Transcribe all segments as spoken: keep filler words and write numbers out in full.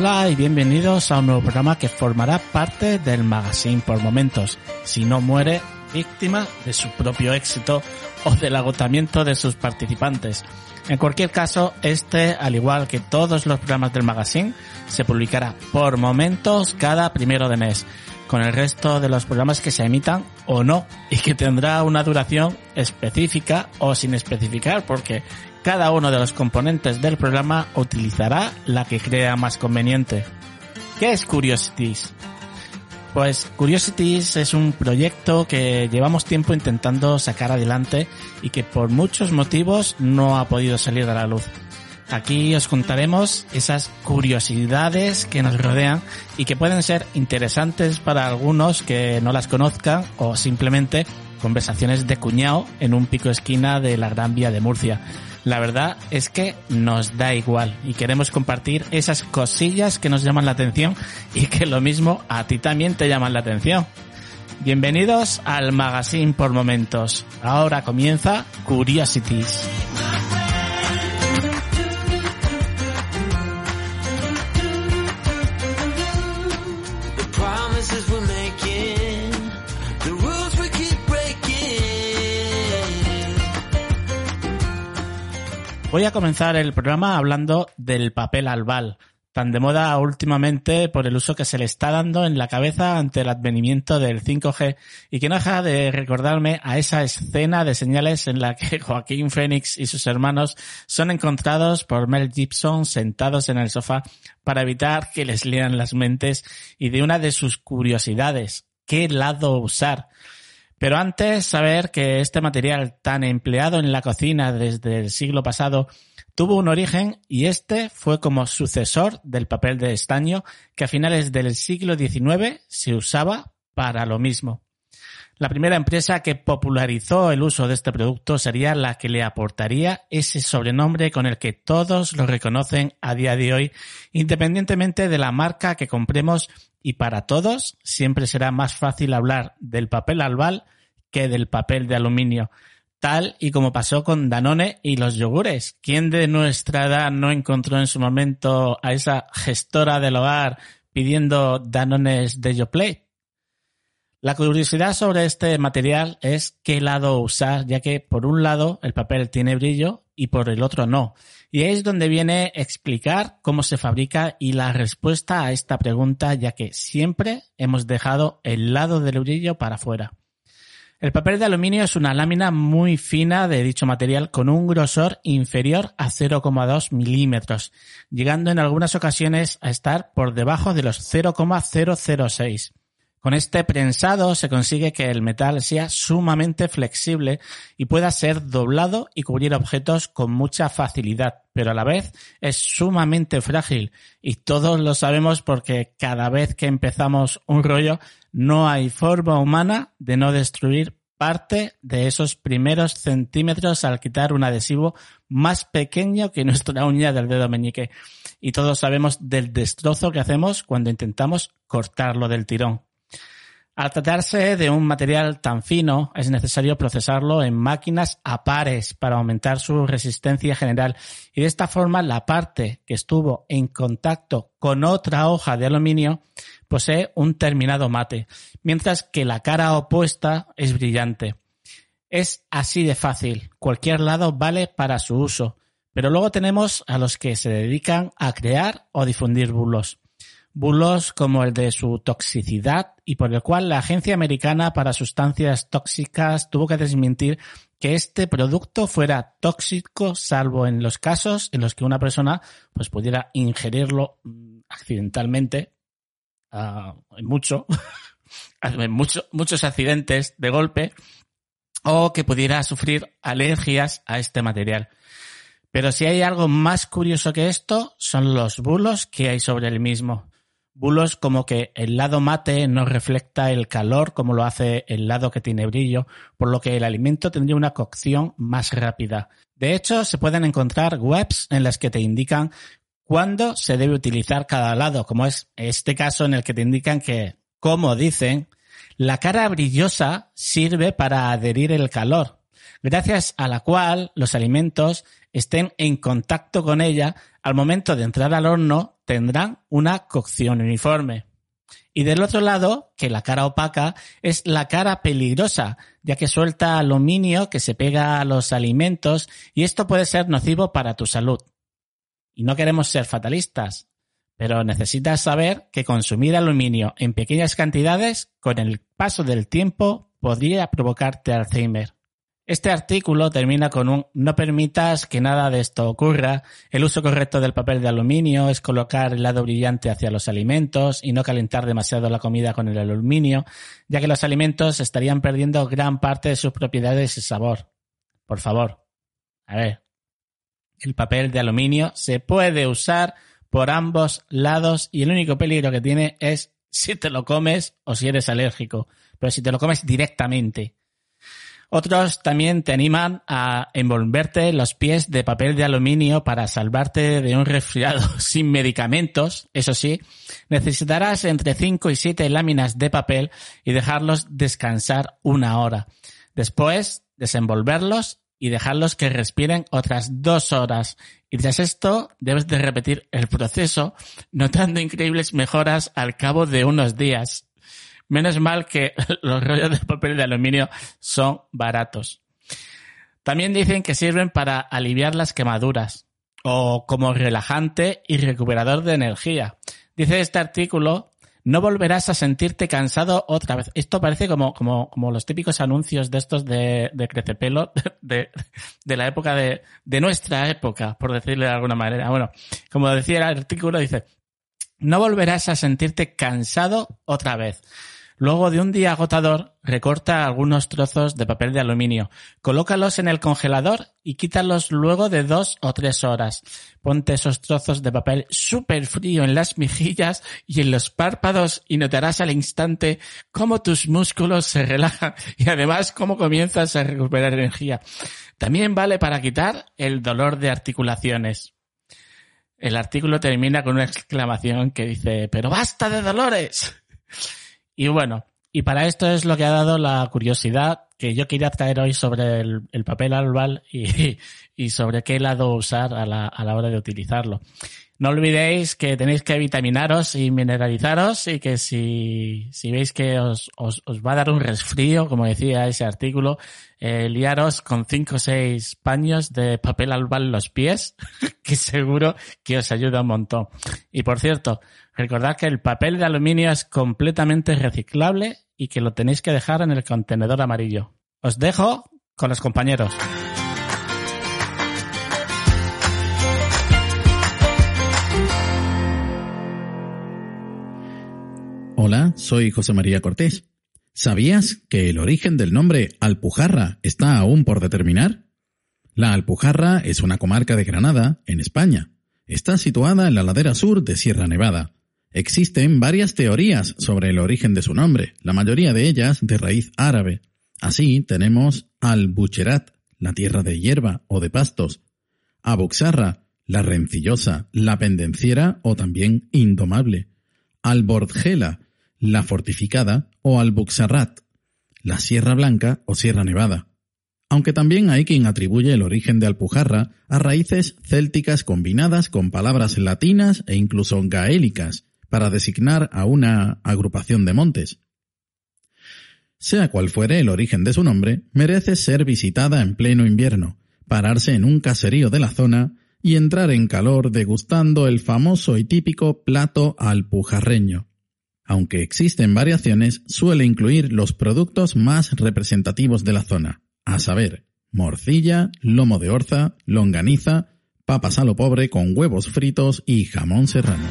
Hola y bienvenidos a un nuevo programa que formará parte del Magazine por Momentos. Si no muere, víctima de su propio éxito o del agotamiento de sus participantes. En cualquier caso, este, al igual que todos los programas del Magazine, se publicará por momentos cada primero de mes, con el resto de los programas que se emitan o no, y que tendrá una duración específica o sin especificar, porque cada uno de los componentes del programa utilizará la que crea más conveniente. ¿Qué es Curiosities? Pues Curiosities es un proyecto que llevamos tiempo intentando sacar adelante y que por muchos motivos no ha podido salir a la luz. Aquí os contaremos esas curiosidades que nos rodean y que pueden ser interesantes para algunos que no las conozcan o simplemente conversaciones de cuñado en un pico esquina de la Gran Vía de Murcia. La verdad es que nos da igual y queremos compartir esas cosillas que nos llaman la atención y que lo mismo a ti también te llaman la atención. Bienvenidos al Magazine por Momentos. Ahora comienza Curiosities. Voy a comenzar el programa hablando del papel albal, tan de moda últimamente por el uso que se le está dando en la cabeza ante el advenimiento del cinco G y que no deja de recordarme a esa escena de señales en la que Joaquín Phoenix y sus hermanos son encontrados por Mel Gibson sentados en el sofá para evitar que les lean las mentes y de una de sus curiosidades, ¿qué lado usar? Pero antes, saber que este material tan empleado en la cocina desde el siglo pasado tuvo un origen y este fue como sucesor del papel de estaño que a finales del siglo diecinueve se usaba para lo mismo. La primera empresa que popularizó el uso de este producto sería la que le aportaría ese sobrenombre con el que todos lo reconocen a día de hoy, independientemente de la marca que compremos, y para todos siempre será más fácil hablar del papel albal que del papel de aluminio, tal y como pasó con Danone y los yogures. ¿Quién de nuestra edad no encontró en su momento a esa gestora del hogar pidiendo Danones de Yoplait? La curiosidad sobre este material es qué lado usar, ya que por un lado el papel tiene brillo y por el otro no. Y es donde viene explicar cómo se fabrica y la respuesta a esta pregunta, ya que siempre hemos dejado el lado del brillo para afuera. El papel de aluminio es una lámina muy fina de dicho material con un grosor inferior a cero coma dos milímetros, llegando en algunas ocasiones a estar por debajo de los cero coma cero cero seis. Con este prensado se consigue que el metal sea sumamente flexible y pueda ser doblado y cubrir objetos con mucha facilidad, pero a la vez es sumamente frágil y todos lo sabemos porque cada vez que empezamos un rollo no hay forma humana de no destruir parte de esos primeros centímetros al quitar un adhesivo más pequeño que nuestra uña del dedo meñique. Y todos sabemos del destrozo que hacemos cuando intentamos cortarlo del tirón. Al tratarse de un material tan fino, es necesario procesarlo en máquinas a pares para aumentar su resistencia general y de esta forma la parte que estuvo en contacto con otra hoja de aluminio posee un terminado mate, mientras que la cara opuesta es brillante. Es así de fácil, cualquier lado vale para su uso, pero luego tenemos a los que se dedican a crear o difundir bulos. Bulos como el de su toxicidad y por el cual la Agencia Americana para Sustancias Tóxicas tuvo que desmentir que este producto fuera tóxico, salvo en los casos en los que una persona pues pudiera ingerirlo accidentalmente, uh, en mucho, en mucho, muchos accidentes de golpe, o que pudiera sufrir alergias a este material. Pero si hay algo más curioso que esto, son los bulos que hay sobre el mismo. Bulos como que el lado mate no refleja el calor como lo hace el lado que tiene brillo, por lo que el alimento tendría una cocción más rápida. De hecho, se pueden encontrar webs en las que te indican cuándo se debe utilizar cada lado, como es este caso en el que te indican que, como dicen, la cara brillosa sirve para adherir el calor, gracias a la cual los alimentos estén en contacto con ella al momento de entrar al horno tendrán una cocción uniforme. Y del otro lado, que la cara opaca es la cara peligrosa, ya que suelta aluminio que se pega a los alimentos y esto puede ser nocivo para tu salud. Y no queremos ser fatalistas, pero necesitas saber que consumir aluminio en pequeñas cantidades con el paso del tiempo podría provocarte Alzheimer. Este artículo termina con un no permitas que nada de esto ocurra. El uso correcto del papel de aluminio es colocar el lado brillante hacia los alimentos y no calentar demasiado la comida con el aluminio, ya que los alimentos estarían perdiendo gran parte de sus propiedades y sabor. Por favor, a ver, el papel de aluminio se puede usar por ambos lados y el único peligro que tiene es si te lo comes o si eres alérgico, pero si te lo comes directamente. Otros también te animan a envolverte los pies de papel de aluminio para salvarte de un resfriado sin medicamentos. Eso sí, necesitarás entre cinco y siete láminas de papel y dejarlos descansar una hora. Después, desenvolverlos y dejarlos que respiren otras dos horas. Y tras esto, debes de repetir el proceso, notando increíbles mejoras al cabo de unos días. Menos mal que los rollos de papel de aluminio son baratos. También dicen que sirven para aliviar las quemaduras o como relajante y recuperador de energía. Dice este artículo, no volverás a sentirte cansado otra vez. Esto parece como, como, como los típicos anuncios de estos de, de crecepelo de, de la época de, de nuestra época, por decirlo de alguna manera. Bueno, como decía el artículo, dice, no volverás a sentirte cansado otra vez. Luego de un día agotador, recorta algunos trozos de papel de aluminio, colócalos en el congelador y quítalos luego de dos o tres horas. Ponte esos trozos de papel súper frío en las mejillas y en los párpados y notarás al instante cómo tus músculos se relajan y además cómo comienzas a recuperar energía. También vale para quitar el dolor de articulaciones. El artículo termina con una exclamación que dice, ¡pero basta de dolores! Y bueno, y para esto es lo que ha dado la curiosidad que yo quería traer hoy sobre el, el papel albal y, y sobre qué lado usar a la, a la hora de utilizarlo. No olvidéis que tenéis que vitaminaros y mineralizaros y que si, si veis que os, os, os va a dar un resfrío, como decía ese artículo, eh, liaros con cinco o seis paños de papel albal en los pies, que seguro que os ayuda un montón. Y por cierto, recordad que el papel de aluminio es completamente reciclable y que lo tenéis que dejar en el contenedor amarillo. Os dejo con los compañeros. Hola, soy José María Cortés. ¿Sabías que el origen del nombre Alpujarra está aún por determinar? La Alpujarra es una comarca de Granada, en España. Está situada en la ladera sur de Sierra Nevada. Existen varias teorías sobre el origen de su nombre, la mayoría de ellas de raíz árabe. Así tenemos Al-Bucherat, la tierra de hierba o de pastos, Abuxarra, la rencillosa, la pendenciera o también indomable, Al-Bordjela, la fortificada, o Al-Buxarrat, la Sierra Blanca o Sierra Nevada. Aunque también hay quien atribuye el origen de Alpujarra a raíces célticas combinadas con palabras latinas e incluso gaélicas para designar a una agrupación de montes. Sea cual fuere el origen de su nombre, merece ser visitada en pleno invierno, pararse en un caserío de la zona y entrar en calor degustando el famoso y típico plato alpujarreño. Aunque existen variaciones, suele incluir los productos más representativos de la zona, a saber, morcilla, lomo de orza, longaniza, papas a lo pobre con huevos fritos y jamón serrano.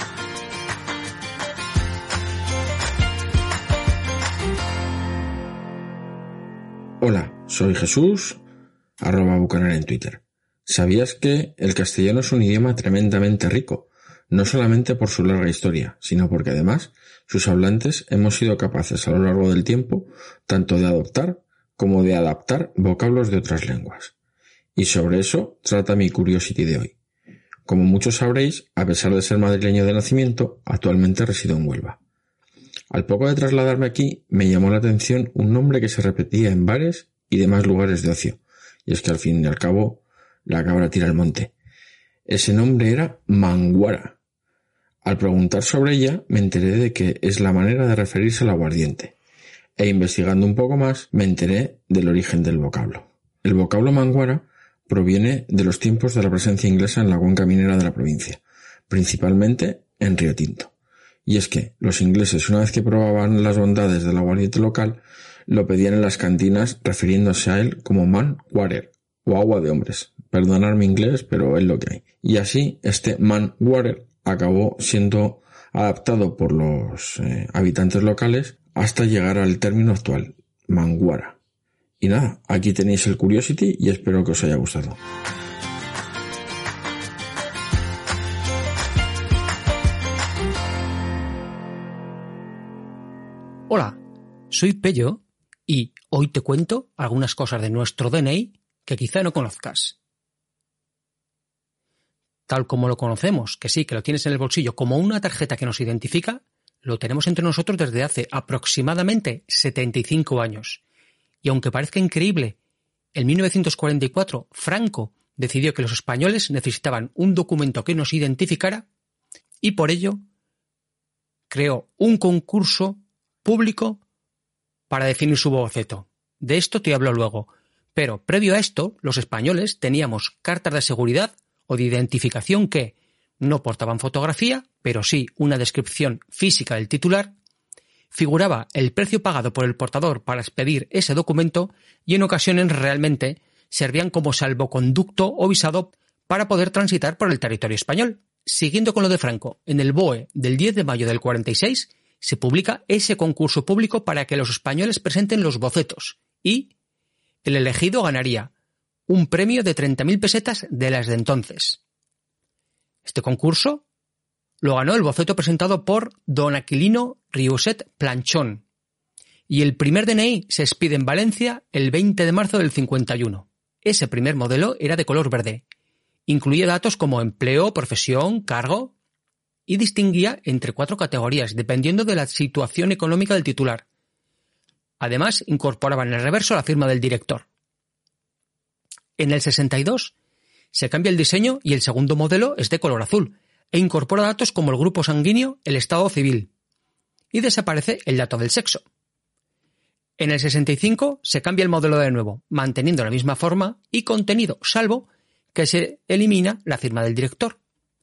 Hola, soy Jesús, arroba bucanera en Twitter. ¿Sabías que el castellano es un idioma tremendamente rico? No solamente por su larga historia, sino porque además sus hablantes hemos sido capaces a lo largo del tiempo tanto de adoptar como de adaptar vocablos de otras lenguas. Y sobre eso trata mi Curiosity de hoy. Como muchos sabréis, a pesar de ser madrileño de nacimiento, actualmente resido en Huelva. Al poco de trasladarme aquí, me llamó la atención un nombre que se repetía en bares y demás lugares de ocio, y es que al fin y al cabo, la cabra tira al monte. Ese nombre era Manguara. Al preguntar sobre ella, me enteré de que es la manera de referirse al aguardiente, e investigando un poco más, me enteré del origen del vocablo. El vocablo manguara proviene de los tiempos de la presencia inglesa en la cuenca minera de la provincia, principalmente en Río Tinto. Y es que los ingleses, una vez que probaban las bondades del aguardiente local, lo pedían en las cantinas refiriéndose a él como man water o agua de hombres. Perdonad mi inglés, pero es lo que hay. Y así este man water acabó siendo adaptado por los eh, habitantes locales hasta llegar al término actual, manguara. Y nada, aquí tenéis el Curiosity y espero que os haya gustado. Hola, soy Pello y hoy te cuento algunas cosas de nuestro D N I que quizá no conozcas. Tal como lo conocemos, que sí, que lo tienes en el bolsillo como una tarjeta que nos identifica, lo tenemos entre nosotros desde hace aproximadamente setenta y cinco años. Y aunque parezca increíble, en mil novecientos cuarenta y cuatro Franco decidió que los españoles necesitaban un documento que nos identificara y por ello creó un concurso público para definir su boceto. De esto te hablo luego. Pero previo a esto, los españoles teníamos cartas de seguridad o de identificación que no portaban fotografía, pero sí una descripción física del titular, figuraba el precio pagado por el portador para expedir ese documento y en ocasiones realmente servían como salvoconducto o visado para poder transitar por el territorio español. Siguiendo con lo de Franco, en el B O E del diez de mayo del cuarenta y seis se publica ese concurso público para que los españoles presenten los bocetos y el elegido ganaría un premio de treinta mil pesetas de las de entonces. Este concurso lo ganó el boceto presentado por don Aquilino Riuset Planchón y el primer D N I se expide en Valencia el veinte de marzo del cincuenta y uno. Ese primer modelo era de color verde. Incluía datos como empleo, profesión, cargo y distinguía entre cuatro categorías dependiendo de la situación económica del titular. Además, incorporaba en el reverso la firma del director. En el sesenta y dos se cambia el diseño y el segundo modelo es de color azul e incorpora datos como el grupo sanguíneo, el estado civil y desaparece el dato del sexo. En el sesenta y cinco se cambia el modelo de nuevo, manteniendo la misma forma y contenido, salvo que se elimina la firma del director.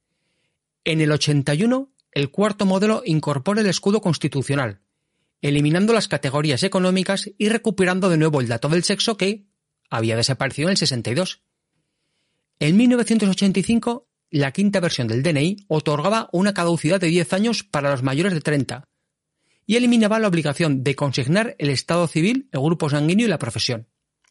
En el ochenta y uno, el cuarto modelo incorpora el escudo constitucional, eliminando las categorías económicas y recuperando de nuevo el dato del sexo que había desaparecido en el sesenta y dos. En mil novecientos ochenta y cinco, la quinta versión del D N I otorgaba una caducidad de diez años para los mayores de treinta y eliminaba la obligación de consignar el estado civil, el grupo sanguíneo y la profesión.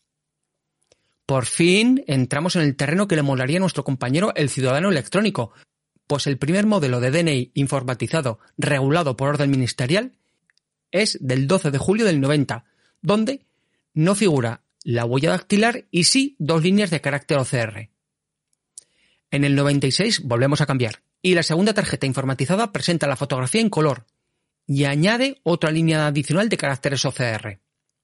Por fin entramos en el terreno que le molaría a nuestro compañero el ciudadano electrónico, pues el primer modelo de D N I informatizado regulado por orden ministerial es del doce de julio del noventa, donde no figura la huella dactilar y sí dos líneas de carácter O C R. En el noventa y seis volvemos a cambiar y la segunda tarjeta informatizada presenta la fotografía en color y añade otra línea adicional de caracteres O C R.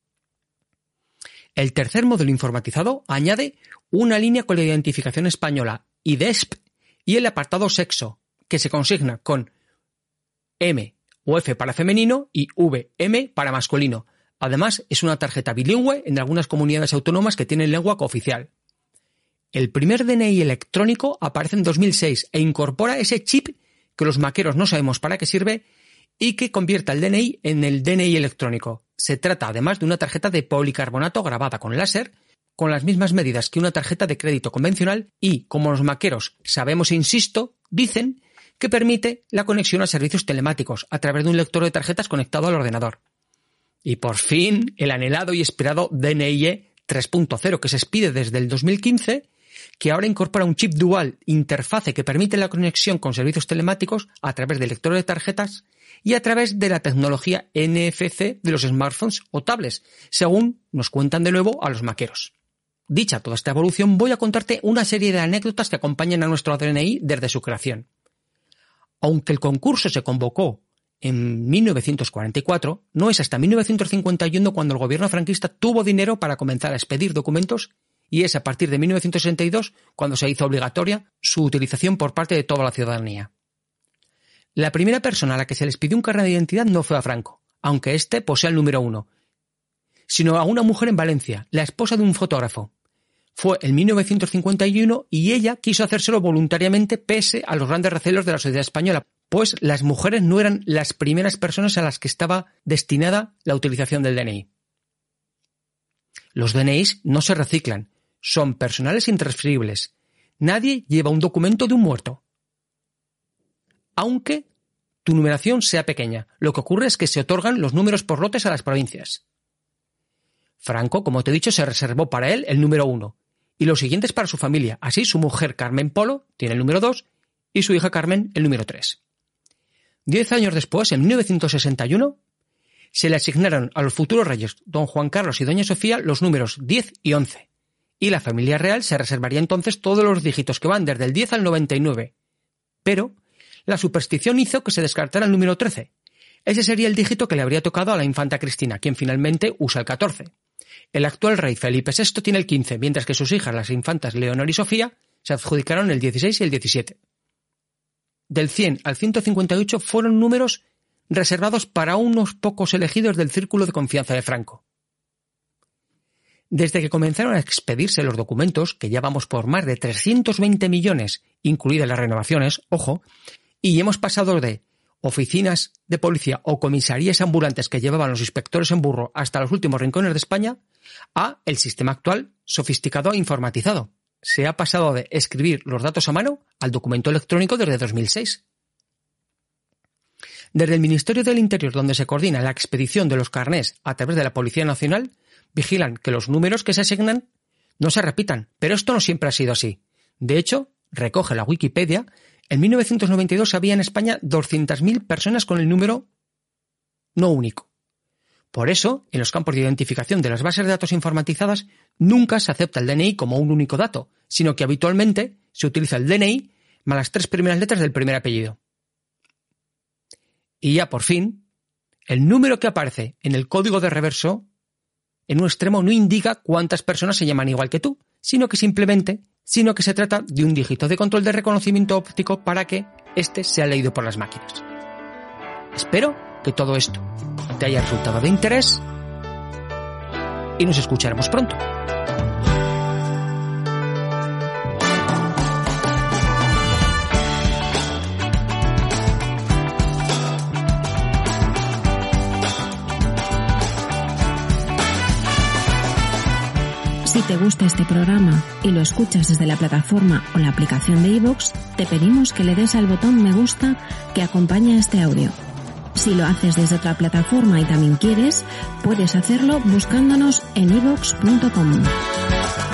El tercer modelo informatizado añade una línea con la identificación española I D E S P y el apartado sexo, que se consigna con M o F para femenino y V M para masculino. Además, es una tarjeta bilingüe en algunas comunidades autónomas que tienen lengua cooficial. El primer D N I electrónico aparece en dos mil seis e incorpora ese chip que los maqueros no sabemos para qué sirve y que convierte al D N I en el D N I electrónico. Se trata además de una tarjeta de policarbonato grabada con láser, con las mismas medidas que una tarjeta de crédito convencional y, como los maqueros sabemos e insisto, dicen que permite la conexión a servicios telemáticos a través de un lector de tarjetas conectado al ordenador. Y por fin, el anhelado y esperado D N I E tres punto cero que se expide desde el dos mil quince, que ahora incorpora un chip dual interfase que permite la conexión con servicios telemáticos a través del lector de tarjetas y a través de la tecnología N F C de los smartphones o tablets, según nos cuentan de nuevo a los maqueros. Dicha toda esta evolución, voy a contarte una serie de anécdotas que acompañan a nuestro D N I desde su creación. Aunque el concurso se convocó en mil novecientos cuarenta y cuatro, no es hasta mil novecientos cincuenta y uno cuando el gobierno franquista tuvo dinero para comenzar a expedir documentos y es a partir de mil novecientos sesenta y dos cuando se hizo obligatoria su utilización por parte de toda la ciudadanía. La primera persona a la que se les pidió un carnet de identidad no fue a Franco, aunque éste posea el número uno, sino a una mujer en Valencia, la esposa de un fotógrafo. Fue en mil novecientos cincuenta y uno y ella quiso hacérselo voluntariamente pese a los grandes recelos de la sociedad española, pues las mujeres no eran las primeras personas a las que estaba destinada la utilización del D N I. Los D N Is no se reciclan, son personales e intransferibles. Nadie lleva un documento de un muerto. Aunque tu numeración sea pequeña, lo que ocurre es que se otorgan los números por lotes a las provincias. Franco, como te he dicho, se reservó para él el número uno, y los siguientes para su familia. Así, su mujer Carmen Polo tiene el número dos y su hija Carmen el número tres. Diez años después, en mil novecientos sesenta y uno, se le asignaron a los futuros reyes don Juan Carlos y doña Sofía los números diez y once, y la familia real se reservaría entonces todos los dígitos que van desde el diez al noventa y nueve. Pero la superstición hizo que se descartara el número trece. Ese sería el dígito que le habría tocado a la infanta Cristina, quien finalmente usa el catorce. El actual rey Felipe sexto tiene el quince, mientras que sus hijas, las infantas Leonor y Sofía, se adjudicaron el dieciséis y el diecisiete. Del cien al ciento cincuenta y ocho fueron números reservados para unos pocos elegidos del círculo de confianza de Franco. Desde que comenzaron a expedirse los documentos, que ya vamos por más de trescientos veinte millones, incluidas las renovaciones, ojo, y hemos pasado de oficinas de policía o comisarías ambulantes que llevaban los inspectores en burro hasta los últimos rincones de España, a el sistema actual sofisticado e informatizado. Se ha pasado de escribir los datos a mano al documento electrónico desde dos mil seis. Desde el Ministerio del Interior, donde se coordina la expedición de los carnés a través de la Policía Nacional, vigilan que los números que se asignan no se repitan, pero esto no siempre ha sido así. De hecho, recoge la Wikipedia, en mil novecientos noventa y dos había en España doscientas mil personas con el número no único. Por eso, en los campos de identificación de las bases de datos informatizadas, nunca se acepta el D N I como un único dato, sino que habitualmente se utiliza el D N I más las tres primeras letras del primer apellido. Y ya por fin, el número que aparece en el código de reverso en un extremo no indica cuántas personas se llaman igual que tú, sino que simplemente, sino que se trata de un dígito de control de reconocimiento óptico para que éste sea leído por las máquinas. Espero que todo esto te haya resultado de interés y nos escucharemos pronto. Si te gusta este programa y lo escuchas desde la plataforma o la aplicación de iVoox, te pedimos que le des al botón me gusta que acompaña este audio. Si lo haces desde otra plataforma y también quieres, puedes hacerlo buscándonos en iVoox punto com.